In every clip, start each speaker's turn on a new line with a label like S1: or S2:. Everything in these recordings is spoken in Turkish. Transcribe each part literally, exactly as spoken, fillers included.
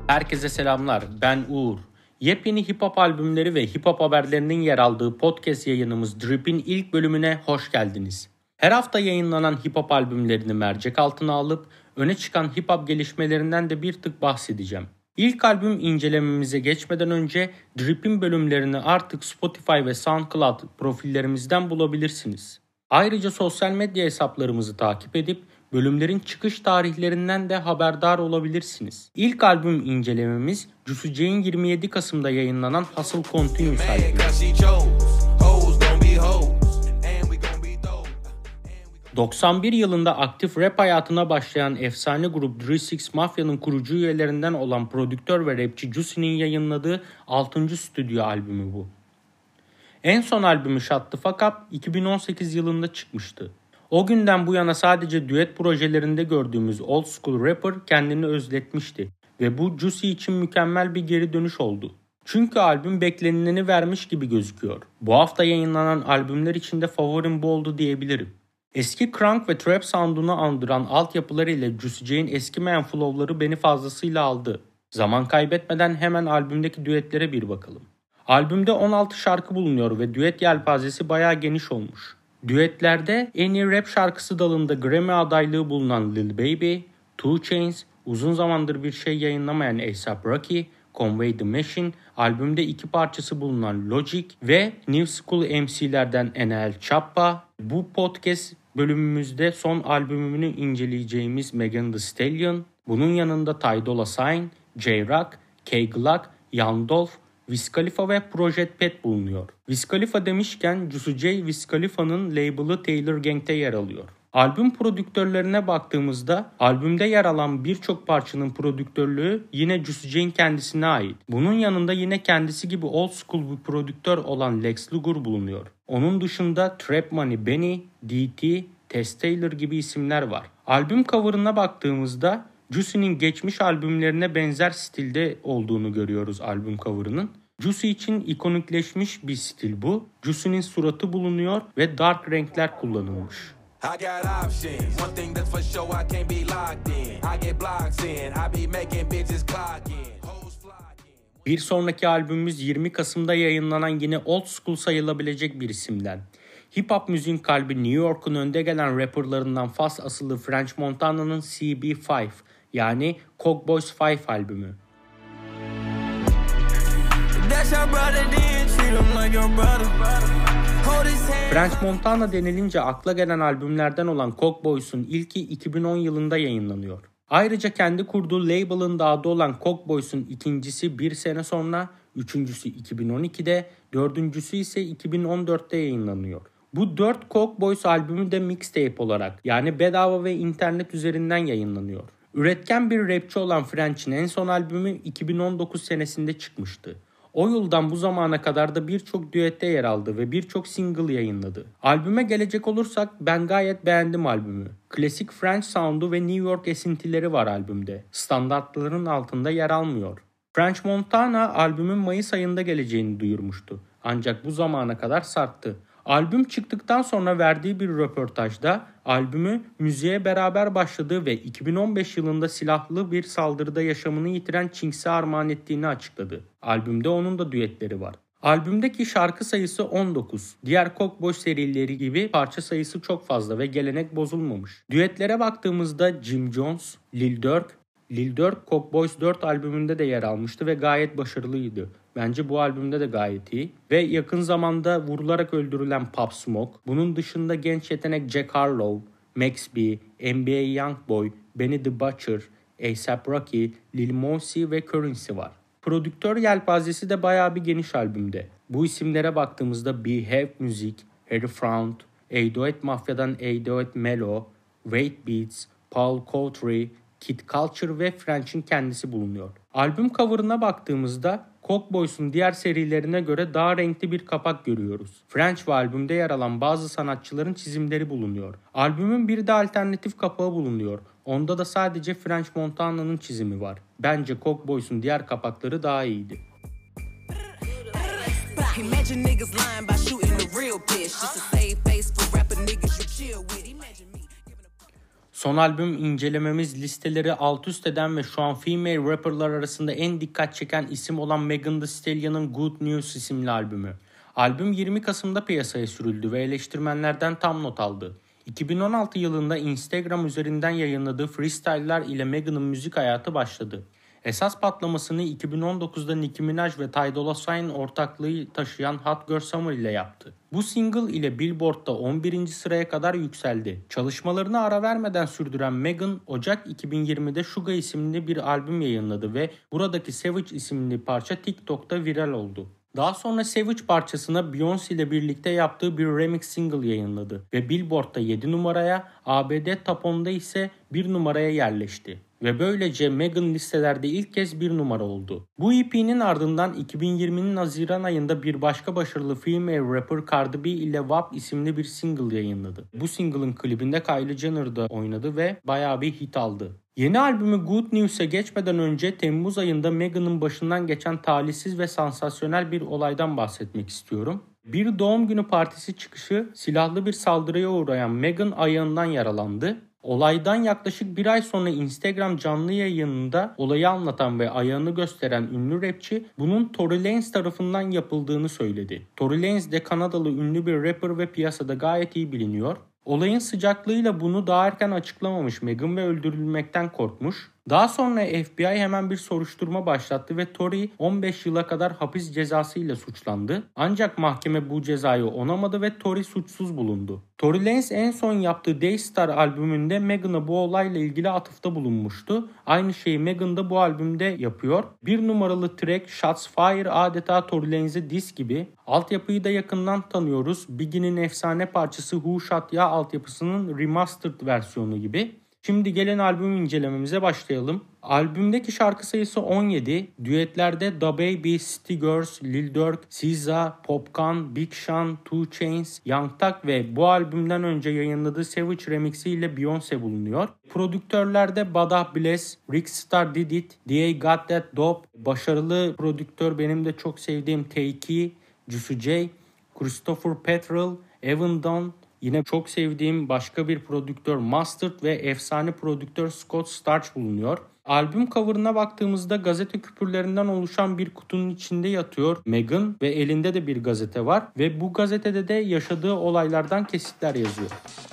S1: Herkese selamlar, ben Uğur. Yepyeni hip hop albümleri ve hip hop haberlerinin yer aldığı podcast yayınımız Drip'in ilk bölümüne hoş geldiniz. Her hafta yayınlanan hip hop albümlerini mercek altına alıp öne çıkan hip hop gelişmelerinden de bir tık bahsedeceğim. İlk albüm incelememize geçmeden önce Drip'in bölümlerini artık Spotify ve SoundCloud profillerimizden bulabilirsiniz. Ayrıca sosyal medya hesaplarımızı takip edip bölümlerin çıkış tarihlerinden de haberdar olabilirsiniz. İlk albüm incelememiz Juicy J'in yirmi yedi Kasım'da yayınlanan Hustle Continues albümü. doksan bir yılında aktif rap hayatına başlayan efsane grup Three Six Mafya'nın kurucu üyelerinden olan prodüktör ve rapçi Juicy'nin yayınladığı altıncı stüdyo albümü bu. En son albümü Shut the Fuck Up iki bin on sekiz yılında çıkmıştı. O günden bu yana sadece düet projelerinde gördüğümüz old school rapper kendini özletmişti ve bu Juicy için mükemmel bir geri dönüş oldu. Çünkü albüm beklenileni vermiş gibi gözüküyor. Bu hafta yayınlanan albümler içinde favorim bu oldu diyebilirim. Eski crunk ve trap sound'unu andıran altyapılarıyla Juicy J'in eskimeyen flow'ları beni fazlasıyla aldı. Zaman kaybetmeden hemen albümdeki düetlere bir bakalım. Albümde on altı şarkı bulunuyor ve düet yelpazesi bayağı geniş olmuş. Düetlerde en iyi rap şarkısı dalında Grammy adaylığı bulunan Lil Baby, Two Chainz, uzun zamandır bir şey yayınlamayan A$AP Rocky, Conway the Machine, albümde iki parçası bulunan Logic ve New School M C'lerden N L Choppa. Bu podcast bölümümüzde son albümünü inceleyeceğimiz Megan Thee Stallion, bunun yanında Ty Dolla $ign, J-Rock, K-Glock, Young Dolph, Wiz Khalifa ve Project Pat bulunuyor. Wiz Khalifa demişken Juicy J, Wiz Khalifa'nın label'ı Taylor Gang'te yer alıyor. Albüm prodüktörlerine baktığımızda albümde yer alan birçok parçanın prodüktörlüğü yine Juicy J'in kendisine ait. Bunun yanında yine kendisi gibi old school bir prodüktör olan Lex Luger bulunuyor. Onun dışında Trap Money Benny, D T, Tess Taylor gibi isimler var. Albüm cover'ına baktığımızda Juicy'nin geçmiş albümlerine benzer stilde olduğunu görüyoruz albüm cover'ının. Juicy için ikonikleşmiş bir stil bu. Juicy'nin suratı bulunuyor ve dark renkler kullanılmış. Bir sonraki albümümüz yirmi Kasım'da yayınlanan yine old school sayılabilecek bir isimden. Hip hop müziğin kalbi New York'un önde gelen rapperlarından Fas asıllı French Montana'nın C B beş yani Coke Boys beş albümü. French Montana denilince akla gelen albümlerden olan Coke Boys'un ilki iki bin on yılında yayınlanıyor. Ayrıca kendi kurduğu label'ın da adı olan Coke Boys'un ikincisi bir sene sonra, üçüncüsü iki bin on ikide, dördüncüsü ise iki bin on dörtte yayınlanıyor. Bu dört Coke Boys albümü de mixtape olarak yani bedava ve internet üzerinden yayınlanıyor. Üretken bir rapçi olan French'in en son albümü iki bin on dokuz senesinde çıkmıştı. O yıldan bu zamana kadar da birçok düette yer aldı ve birçok single yayınladı. Albüme gelecek olursak ben gayet beğendim albümü. Klasik French sound'u ve New York esintileri var albümde. Standartların altında yer almıyor. French Montana albümün Mayıs ayında geleceğini duyurmuştu. Ancak bu zamana kadar sarktı. Albüm çıktıktan sonra verdiği bir röportajda albümü müziğe beraber başladığı ve iki bin on beş yılında silahlı bir saldırıda yaşamını yitiren Chinx'e armağan ettiğini açıkladı. Albümde onun da düetleri var. Albümdeki şarkı sayısı on dokuz. Diğer Coke Boys serileri gibi parça sayısı çok fazla ve gelenek bozulmamış. Düetlere baktığımızda Jim Jones, Lil Durk, Lil Durk Coke Boys dört albümünde de yer almıştı ve gayet başarılıydı. Bence bu albümde de gayet iyi. Ve yakın zamanda vurularak öldürülen Pop Smoke. Bunun dışında genç yetenek Jack Harlow, Max B, N B A Youngboy, Benny the Butcher, A$AP Rocky, Lil Mosey ve Currency var. Prodüktör yelpazesi de bayağı bir geniş albümde. Bu isimlere baktığımızda Behave Music, Harry Fround, eight oh eight Mafya'dan eight oh eight Melo, Wait Beats, Paul Coutry, Kid Culture ve French'in kendisi bulunuyor. Albüm cover'ına baktığımızda Coke Boys'un diğer serilerine göre daha renkli bir kapak görüyoruz. French ve albümde yer alan bazı sanatçıların çizimleri bulunuyor. Albümün bir de alternatif kapağı bulunuyor. Onda da sadece French Montana'nın çizimi var. Bence Coke Boys'un diğer kapakları daha iyiydi. Son albüm incelememiz listeleri alt üst eden ve şu an female rapperlar arasında en dikkat çeken isim olan Megan Thee Stallion'ın Good News isimli albümü. Albüm yirmi Kasım'da piyasaya sürüldü ve eleştirmenlerden tam not aldı. iki bin on altı yılında Instagram üzerinden yayınladığı freestyle'lar ile Megan'ın müzik hayatı başladı. Esas patlamasını iki bin on dokuzda Nicki Minaj ve Ty Dolla Sign ortaklığı taşıyan Hot Girl Summer ile yaptı. Bu single ile Billboard'da on birinci sıraya kadar yükseldi. Çalışmalarını ara vermeden sürdüren Megan, Ocak iki bin yirmide Suga isimli bir albüm yayınladı ve buradaki Savage isimli parça TikTok'ta viral oldu. Daha sonra Savage parçasına Beyoncé ile birlikte yaptığı bir remix single yayınladı ve Billboard'da yedi numaraya, A B D Top onda ise bir numaraya yerleşti. Ve böylece Megan listelerde ilk kez bir numara oldu. Bu E P'nin ardından iki bin yirminin Haziran ayında bir başka başarılı female rapper Cardi B ile W A P isimli bir single yayınladı. Bu single'ın klibinde Kylie Jenner da oynadı ve bayağı bir hit aldı. Yeni albümü Good News'e geçmeden önce Temmuz ayında Megan'ın başından geçen talihsiz ve sansasyonel bir olaydan bahsetmek istiyorum. Bir doğum günü partisi çıkışı silahlı bir saldırıya uğrayan Megan ayağından yaralandı. Olaydan yaklaşık bir ay sonra Instagram canlı yayınında olayı anlatan ve ayağını gösteren ünlü rapçi bunun Tory Lanez tarafından yapıldığını söyledi. Tory Lanez de Kanadalı ünlü bir rapper ve piyasada gayet iyi biliniyor. Olayın sıcaklığıyla bunu daha erken açıklamamış Megan ve öldürülmekten korkmuş. Daha sonra F B I hemen bir soruşturma başlattı ve Tory on beş yıla kadar hapis cezası ile suçlandı. Ancak mahkeme bu cezayı onamadı ve Tory suçsuz bulundu. Tory Lanez en son yaptığı Daystar albümünde Megan'a bu olayla ilgili atıfta bulunmuştu. Aynı şeyi Megan da bu albümde yapıyor. Bir numaralı track Shots Fire adeta Tory Lanez'e diss gibi. Altyapıyı da yakından tanıyoruz. Biggie'nin efsane parçası Who Shot Ya altyapısının remastered versiyonu gibi. Şimdi gelen albüm incelememize başlayalım. Albümdeki şarkı sayısı on yedi. Düetlerde DaBaby, City Girls, Lil Durk, S Z A, Popcaan, Big Sean, two Chainz, Young Thug ve bu albümden önce yayınladığı Savage remixi ile Beyoncé bulunuyor. Prodüktörlerde Bada Bless, Rick Star Did It, D A Got That Dope, başarılı prodüktör benim de çok sevdiğim Takei, Juicy J, Christopher Petrel, Evan Dunn, yine çok sevdiğim başka bir prodüktör Mustard ve efsane prodüktör Scott Storch bulunuyor. Albüm cover'ına baktığımızda gazete küpürlerinden oluşan bir kutunun içinde yatıyor Megan ve elinde de bir gazete var ve bu gazetede de yaşadığı olaylardan kesitler yazıyor.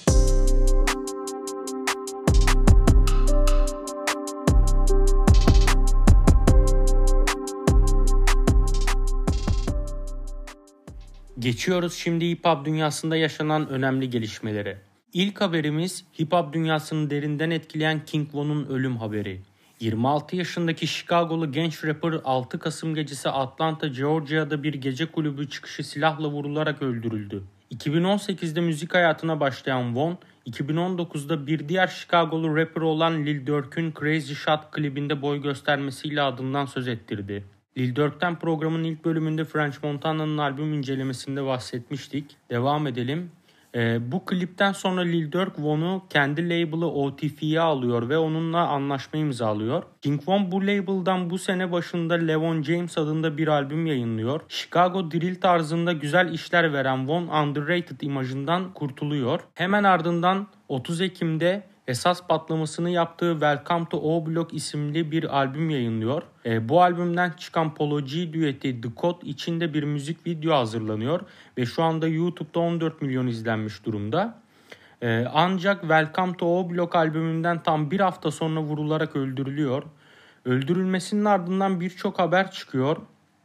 S1: Geçiyoruz şimdi hip hop dünyasında yaşanan önemli gelişmelere. İlk haberimiz hip hop dünyasını derinden etkileyen King Von'un ölüm haberi. yirmi altı yaşındaki Chicago'lu genç rapper altı Kasım gecesi Atlanta, Georgia'da bir gece kulübü çıkışı silahla vurularak öldürüldü. iki bin on sekizde müzik hayatına başlayan Von, iki bin on dokuzda bir diğer Chicago'lu rapper olan Lil Durk'ün Crazy Shot klibinde boy göstermesiyle adından söz ettirdi. Lil Durk'ten programın ilk bölümünde French Montana'nın albüm incelemesinde bahsetmiştik. Devam edelim. Ee, bu klipten sonra Lil Durk Von'u kendi label'ı O T F'ye alıyor ve onunla anlaşma imzalıyor. King Von bu label'dan bu sene başında Levon James adında bir albüm yayınlıyor. Chicago drill tarzında güzel işler veren Von underrated imajından kurtuluyor. Hemen ardından otuz Ekim'de esas patlamasını yaptığı Welcome to O Block isimli bir albüm yayınlıyor. E, bu albümden çıkan Polo G düeti The Code içinde bir müzik video hazırlanıyor ve şu anda YouTube'da on dört milyon izlenmiş durumda. E, ancak Welcome to O Block albümünden tam bir hafta sonra vurularak öldürülüyor. Öldürülmesinin ardından birçok haber çıkıyor.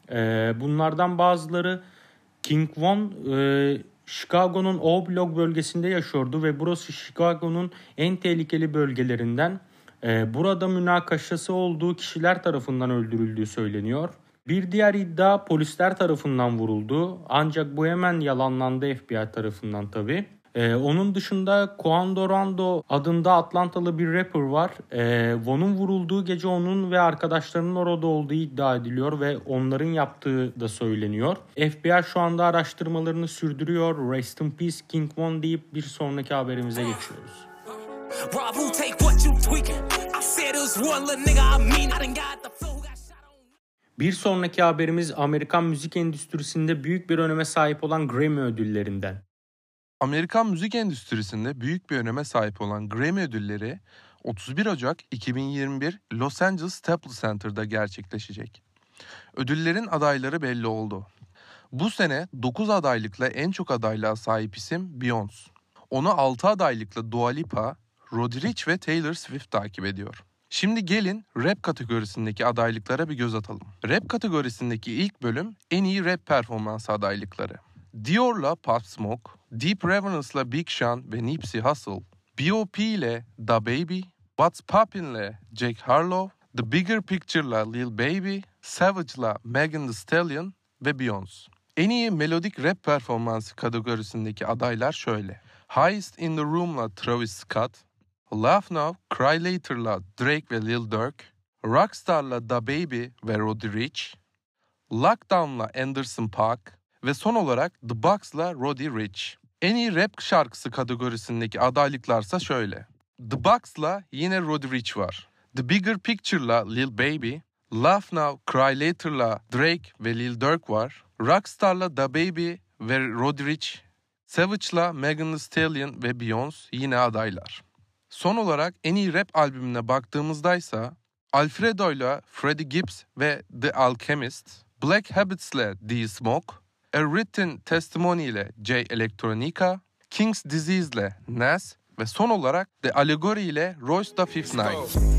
S1: E, bunlardan bazıları King Von e, Chicago'nun O Block bölgesinde yaşıyordu ve burası Chicago'nun en tehlikeli bölgelerinden. Ee, burada münakaşası olduğu kişiler tarafından öldürüldüğü söyleniyor. Bir diğer iddia polisler tarafından vuruldu. Ancak bu hemen yalanlandı F B I tarafından tabii. Ee, onun dışında Quando Rondo adında Atlantalı bir rapper var. Ee, Von'un vurulduğu gece onun ve arkadaşlarının orada olduğu iddia ediliyor ve onların yaptığı da söyleniyor. F B I şu anda araştırmalarını sürdürüyor. Rest in peace King Von deyip bir sonraki haberimize geçiyoruz. Bir sonraki haberimiz Amerikan müzik endüstrisinde büyük bir öneme sahip olan Grammy ödüllerinden.
S2: Amerikan müzik endüstrisinde büyük bir öneme sahip olan Grammy ödülleri otuz bir Ocak iki bin yirmi bir Los Angeles Staples Center'da gerçekleşecek. Ödüllerin adayları belli oldu. Bu sene dokuz adaylıkla en çok adaylığa sahip isim Beyoncé. Onu altı adaylıkla Dua Lipa, Roddy Ricch ve Taylor Swift takip ediyor. Şimdi gelin rap kategorisindeki adaylıklara bir göz atalım. Rap kategorisindeki ilk bölüm en iyi rap performansı adaylıkları. Dior'la Pop Smoke, Deep Reverence'la Big Sean ve Nipsey Hussle, B O P ile DaBaby, What's Poppin'le Jack Harlow, The Bigger Picture'la Lil Baby, Savage'la Megan Thee Stallion ve Beyoncé. En iyi melodik rap performansı kategorisindeki adaylar şöyle. Highest in the Room'la Travis Scott, Laugh Now, Cry Later'la Drake ve Lil Durk, Rockstar'la DaBaby ve Roddy Ricch, Lockdown'la Anderson .Paak ve son olarak The Box'la Roddy Ricch. En iyi rap şarkısı kategorisindeki adaylıklarsa şöyle. The Box'la yine Roddy Ricch var. The Bigger Picture'la Lil Baby, Laugh Now, Cry Later'la Drake ve Lil Durk var. Rockstar'la DaBaby ve Roddy Ricch, Savage'la Megan Thee Stallion ve Beyoncé yine adaylar. Son olarak en iyi rap albümüne baktığımızdaysa Alfredo'yla Freddie Gibbs ve The Alchemist, Black Habits'le D Smoke, A Written Testimony ile Jay Electronica, King's Disease'le Nas ve son olarak The Allegory ile Royce da Fifth Nine.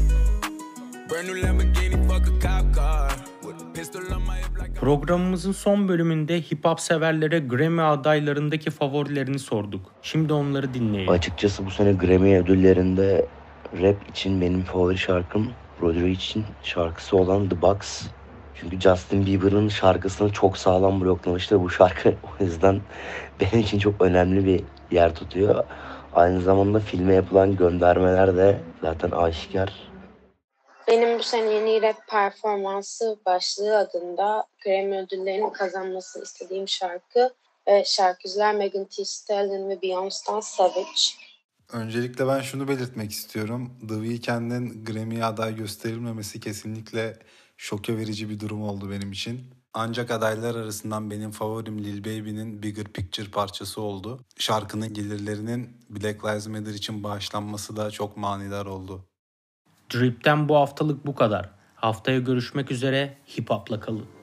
S1: Programımızın son bölümünde hip hop severlere Grammy adaylarındaki favorilerini sorduk. Şimdi onları dinleyelim.
S3: Açıkçası bu sene Grammy ödüllerinde rap için benim favori şarkım Roddy Ricch'in şarkısı olan The Box. Çünkü Justin Bieber'ın şarkısını çok sağlam bloklamıştı bu şarkı. O yüzden benim için çok önemli bir yer tutuyor. Aynı zamanda filme yapılan göndermeler de zaten aşikar.
S4: Benim bu sene en iyi rap performansı başlığı adında Grammy ödüllerini kazanmasını istediğim şarkı ve şarkıcılar Megan Thee Stallion ve Beyoncé'dan Savage.
S5: Öncelikle ben şunu belirtmek istiyorum. The Weeknd'in Grammy'ye aday gösterilmemesi kesinlikle şoke verici bir durum oldu benim için. Ancak adaylar arasından benim favorim Lil Baby'nin Bigger Picture parçası oldu. Şarkının gelirlerinin Black Lives Matter için bağışlanması da çok manidar oldu.
S1: Drip'ten bu haftalık bu kadar. Haftaya görüşmek üzere, hip hop'la kalın.